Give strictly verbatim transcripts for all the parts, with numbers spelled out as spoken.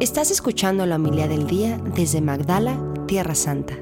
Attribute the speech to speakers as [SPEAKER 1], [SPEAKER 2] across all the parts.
[SPEAKER 1] Estás escuchando la homilía del día desde Magdala, Tierra Santa.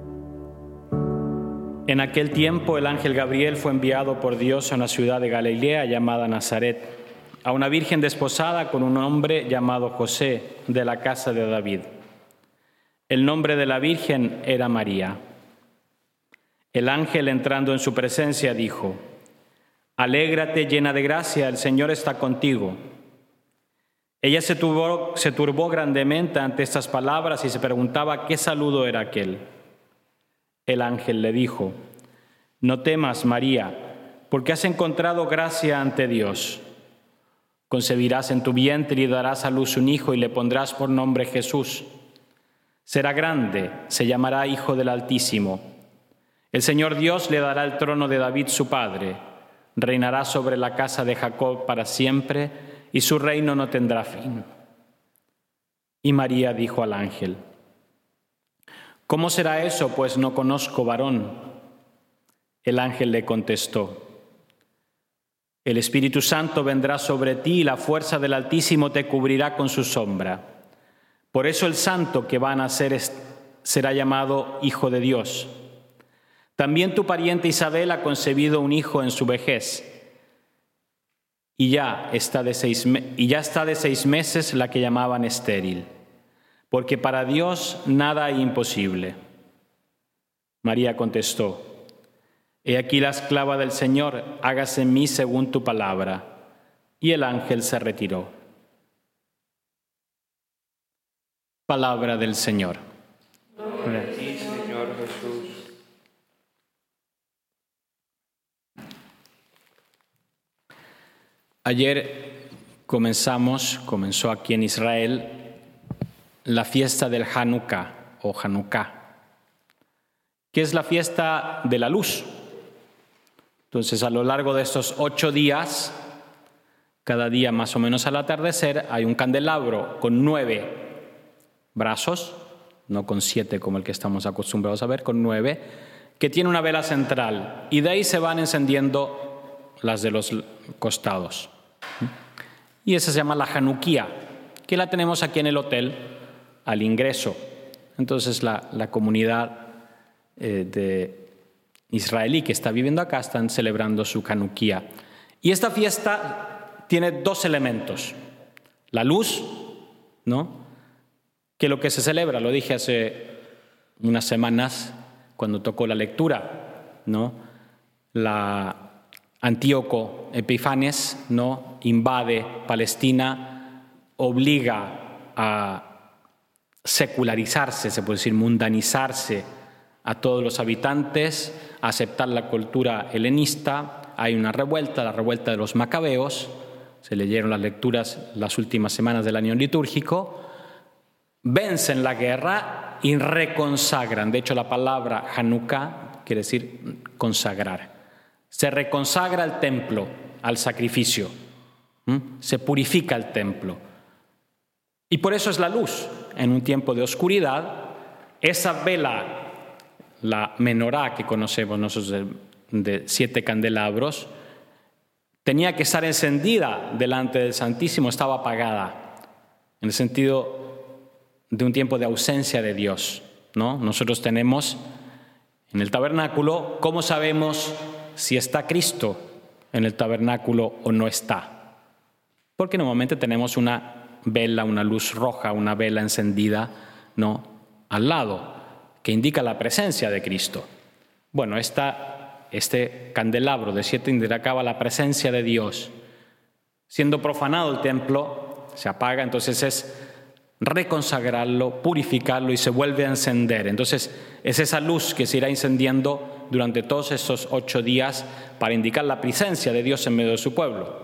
[SPEAKER 2] En aquel tiempo el ángel Gabriel fue enviado por Dios a una ciudad de Galilea llamada Nazaret, a una virgen desposada con un hombre llamado José, de la casa de David. El nombre de la virgen era María. El ángel, entrando en su presencia, dijo: «Alégrate, llena de gracia, el Señor está contigo». Ella se turbó, se turbó grandemente ante estas palabras y se preguntaba qué saludo era aquel. El ángel le dijo: «No temas, María, porque has encontrado gracia ante Dios. Concebirás en tu vientre y darás a luz un hijo y le pondrás por nombre Jesús. Será grande, se llamará Hijo del Altísimo. El Señor Dios le dará el trono de David su padre. Reinará sobre la casa de Jacob para siempre y su reino no tendrá fin». Y María dijo al ángel: «¿Cómo será eso, pues no conozco varón?» El ángel le contestó: «El Espíritu Santo vendrá sobre ti y la fuerza del Altísimo te cubrirá con su sombra. Por eso el santo que va a nacer será llamado Hijo de Dios. También tu pariente Isabel ha concebido un hijo en su vejez, y ya está de seis, y ya está de seis meses la que llamaban estéril, porque para Dios nada hay imposible». María contestó: «He aquí la esclava del Señor, hágase en mí según tu palabra». Y el ángel se retiró. Palabra del Señor.
[SPEAKER 3] Gloria a ti, Señor Jesús.
[SPEAKER 2] Ayer comenzamos, comenzó aquí en Israel, la fiesta del Hanukkah o Hanukkah, que es la fiesta de la luz. Entonces, a lo largo de estos ocho días, cada día más o menos al atardecer, hay un candelabro con nueve brazos, no con siete como el que estamos acostumbrados a ver, con nueve, que tiene una vela central, y de ahí se van encendiendo las de los costados. Y esa se llama la Hanukkah, que la tenemos aquí en el hotel al ingreso. Entonces la, la comunidad eh, de israelí que está viviendo acá están celebrando su Hanukkah. Y esta fiesta tiene dos elementos: la luz, ¿no?, que lo que se celebra, lo dije hace unas semanas cuando tocó la lectura, ¿no?, la Antíoco Epifanes, ¿no?, invade Palestina, obliga a secularizarse, se puede decir mundanizarse a todos los habitantes, a aceptar la cultura helenista. Hay una revuelta, la revuelta de los macabeos, se leyeron las lecturas las últimas semanas del año litúrgico, vencen la guerra y reconsagran. De hecho, la palabra Hanukkah quiere decir consagrar. Se reconsagra el templo al sacrificio, ¿Mm? se purifica el templo. Y por eso es la luz. En un tiempo de oscuridad, esa vela, la menorá que conocemos nosotros de, de siete candelabros, tenía que estar encendida delante del Santísimo, estaba apagada, en el sentido de un tiempo de ausencia de Dios, ¿no? Nosotros tenemos en el tabernáculo, ¿cómo sabemos si está Cristo en el tabernáculo o no está? Porque normalmente tenemos una vela, una luz roja, una vela encendida, ¿no?, al lado, que indica la presencia de Cristo. Bueno, esta, este candelabro de siete indicaba la presencia de Dios. Siendo profanado el templo, se apaga, entonces es reconsagrarlo, purificarlo y se vuelve a encender. Entonces es esa luz que se irá encendiendo durante todos estos ocho días para indicar la presencia de Dios en medio de su pueblo.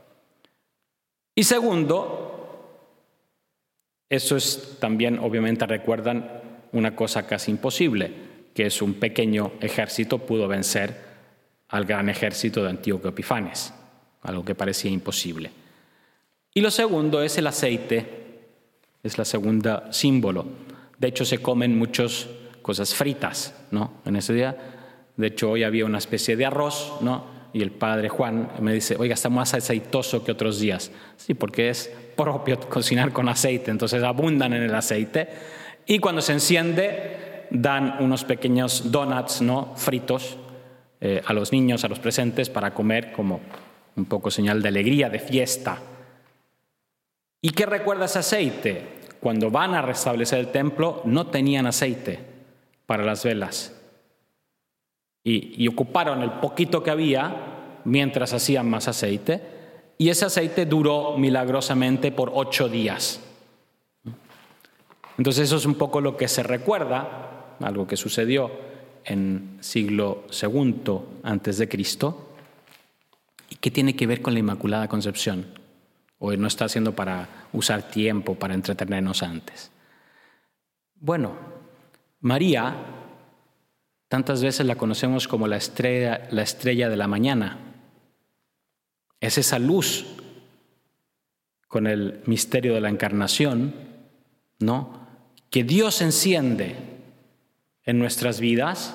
[SPEAKER 2] Y segundo, eso es también, obviamente, recuerdan una cosa casi imposible, que es un pequeño ejército pudo vencer al gran ejército de Antíoco Epifanes, algo que parecía imposible. Y lo segundo es el aceite, es la segunda símbolo. De hecho, se comen muchas cosas fritas, ¿no?, en ese día. De hecho, hoy había una especie de arroz, ¿no?, y el padre Juan me dice: oiga, está más aceitoso que otros días. Sí, porque es propio cocinar con aceite, entonces abundan en el aceite. Y cuando se enciende, dan unos pequeños donuts, ¿no?, fritos eh, a los niños, a los presentes, para comer como un poco señal de alegría, de fiesta. ¿Y qué recuerda ese aceite? Cuando van a restablecer el templo, no tenían aceite para las velas. Y, y ocuparon el poquito que había mientras hacían más aceite. Y ese aceite duró milagrosamente por ocho días. Entonces eso es un poco lo que se recuerda, algo que sucedió en siglo segundo antes de Cristo. ¿Y qué tiene que ver con la Inmaculada Concepción? O no está haciendo para usar tiempo, para entretenernos antes. Bueno, María, tantas veces la conocemos como la estrella, la estrella de la mañana. Es esa luz con el misterio de la encarnación, ¿no?, que Dios enciende en nuestras vidas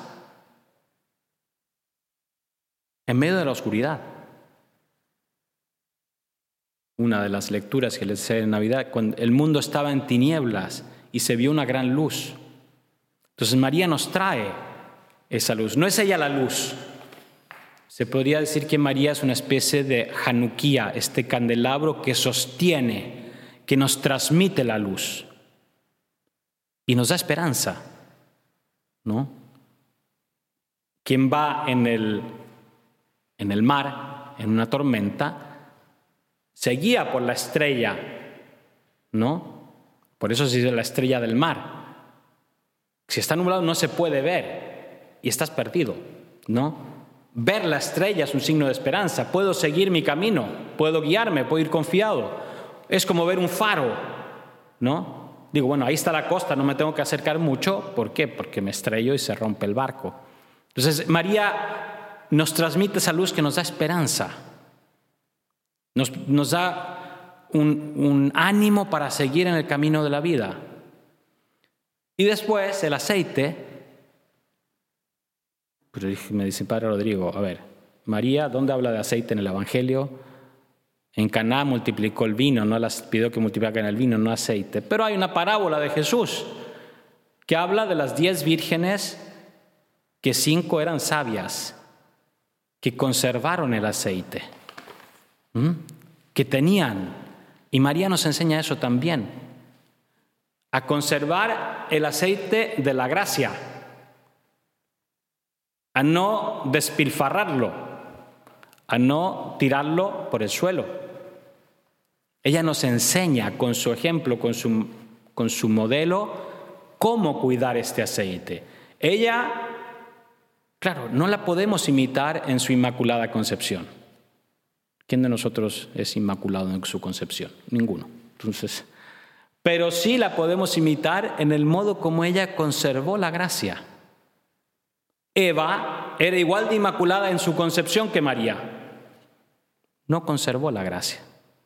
[SPEAKER 2] en medio de la oscuridad. Una de las lecturas que les sé en Navidad, cuando el mundo estaba en tinieblas y se vio una gran luz. Entonces María nos trae esa luz. No es ella la luz. Se podría decir que María es una especie de Januquía, este candelabro que sostiene, que nos transmite la luz y nos da esperanza, ¿no? Quien va en el, en el mar, en una tormenta, se guía por la estrella, ¿no? Por eso se dice la estrella del mar. Si está nublado no se puede ver y estás perdido, ¿no? Ver la estrella es un signo de esperanza. Puedo seguir mi camino, puedo guiarme, puedo ir confiado. Es como ver un faro, ¿no? Digo, bueno, ahí está la costa, no me tengo que acercar mucho. ¿Por qué? Porque me estrello y se rompe el barco. Entonces, María nos transmite esa luz que nos da esperanza. Nos, nos da un, un ánimo para seguir en el camino de la vida. Y después el aceite. Pero me dice Padre Rodrigo, a ver, María, ¿dónde habla de aceite en el Evangelio? En Caná multiplicó el vino, no las pidió que multiplicaran el vino, no aceite. Pero hay una parábola de Jesús que habla de las diez vírgenes, que cinco eran sabias, que conservaron el aceite, ¿Mm? que tenían. Y María nos enseña eso también, a conservar el aceite de la gracia, a no despilfarrarlo, a no tirarlo por el suelo. Ella nos enseña con su ejemplo, con su, con su modelo, cómo cuidar este aceite. Ella, claro, no la podemos imitar en su Inmaculada Concepción. ¿Quién de nosotros es inmaculado en su concepción? Ninguno. Entonces, pero sí la podemos imitar en el modo como ella conservó la gracia. Eva era igual de inmaculada en su concepción que María. No conservó la gracia.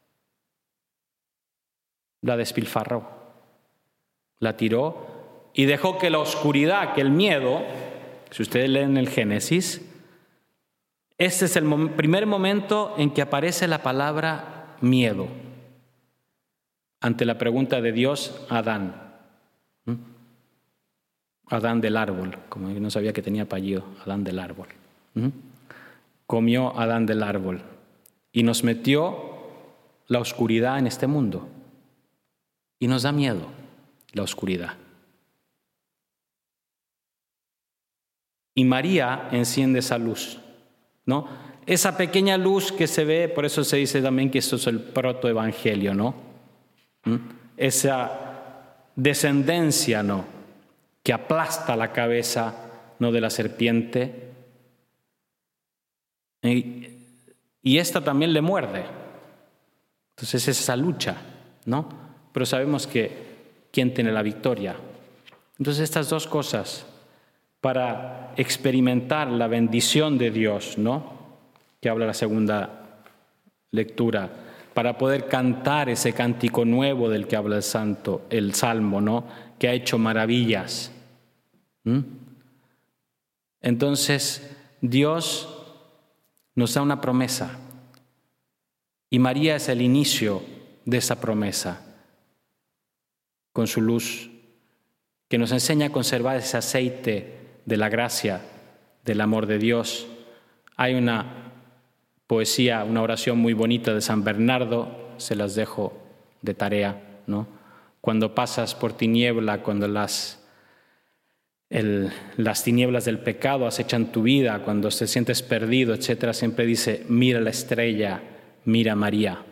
[SPEAKER 2] La despilfarró, la tiró y dejó que la oscuridad, que el miedo, si ustedes leen el Génesis, este es el mom- primer momento en que aparece la palabra miedo ante la pregunta de Dios a Adán. ¿Mm? Adán del árbol, como no sabía que tenía apellido, Adán del árbol. ¿Mm? Comió Adán del árbol y nos metió la oscuridad en este mundo. Y nos da miedo la oscuridad. Y María enciende esa luz, ¿no? Esa pequeña luz que se ve, por eso se dice también que esto es el protoevangelio, ¿no? ¿Mm? Esa descendencia, ¿no?, que aplasta la cabeza, ¿no?, de la serpiente. Y, y esta también le muerde. Entonces es esa lucha, ¿no? Pero sabemos que quién tiene la victoria. Entonces estas dos cosas para experimentar la bendición de Dios, ¿no?, que habla la segunda lectura, para poder cantar ese cántico nuevo del que habla el santo, el Salmo, ¿no?, que ha hecho maravillas. ¿Mm? Entonces Dios nos da una promesa y María es el inicio de esa promesa, con su luz, que nos enseña a conservar ese aceite de la gracia, del amor de Dios. Hay una poesía, una oración muy bonita de San Bernardo, se las dejo de tarea, ¿no? Cuando pasas por tiniebla, cuando las, el, las tinieblas del pecado acechan tu vida, cuando te sientes perdido, etcétera, siempre dice, mira la estrella, mira a María.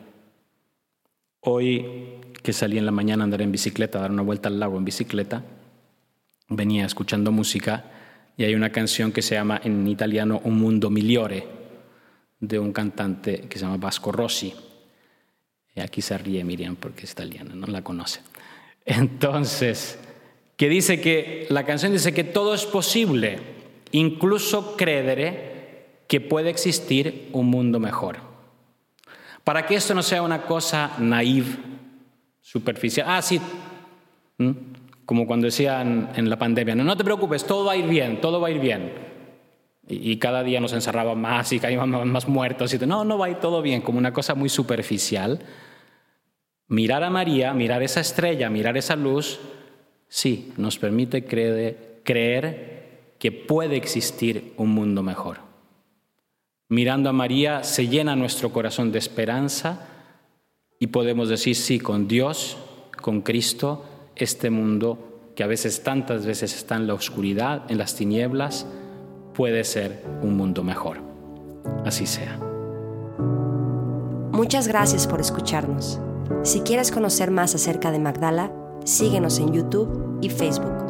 [SPEAKER 2] Hoy que salí en la mañana a andar en bicicleta, a dar una vuelta al lago en bicicleta, venía escuchando música y hay una canción que se llama en italiano Un Mundo Migliore, de un cantante que se llama Vasco Rossi. Y aquí se ríe Miriam porque es italiana, no la conoce. Entonces, que dice que la canción dice que todo es posible, incluso creer que puede existir un mundo mejor. Para que esto no sea una cosa naive, superficial. Ah, sí, ¿Mm? Como cuando decían en la pandemia, no, no te preocupes, todo va a ir bien, todo va a ir bien. Y, y cada día nos encerraba más y caíamos más muertos. Y no, no va a ir todo bien, como una cosa muy superficial. Mirar a María, mirar esa estrella, mirar esa luz, sí, nos permite creer, creer que puede existir un mundo mejor. Mirando a María se llena nuestro corazón de esperanza y podemos decir, sí, con Dios, con Cristo, este mundo que a veces, tantas veces está en la oscuridad, en las tinieblas, puede ser un mundo mejor. Así sea.
[SPEAKER 1] Muchas gracias por escucharnos. Si quieres conocer más acerca de Magdala, síguenos en YouTube y Facebook.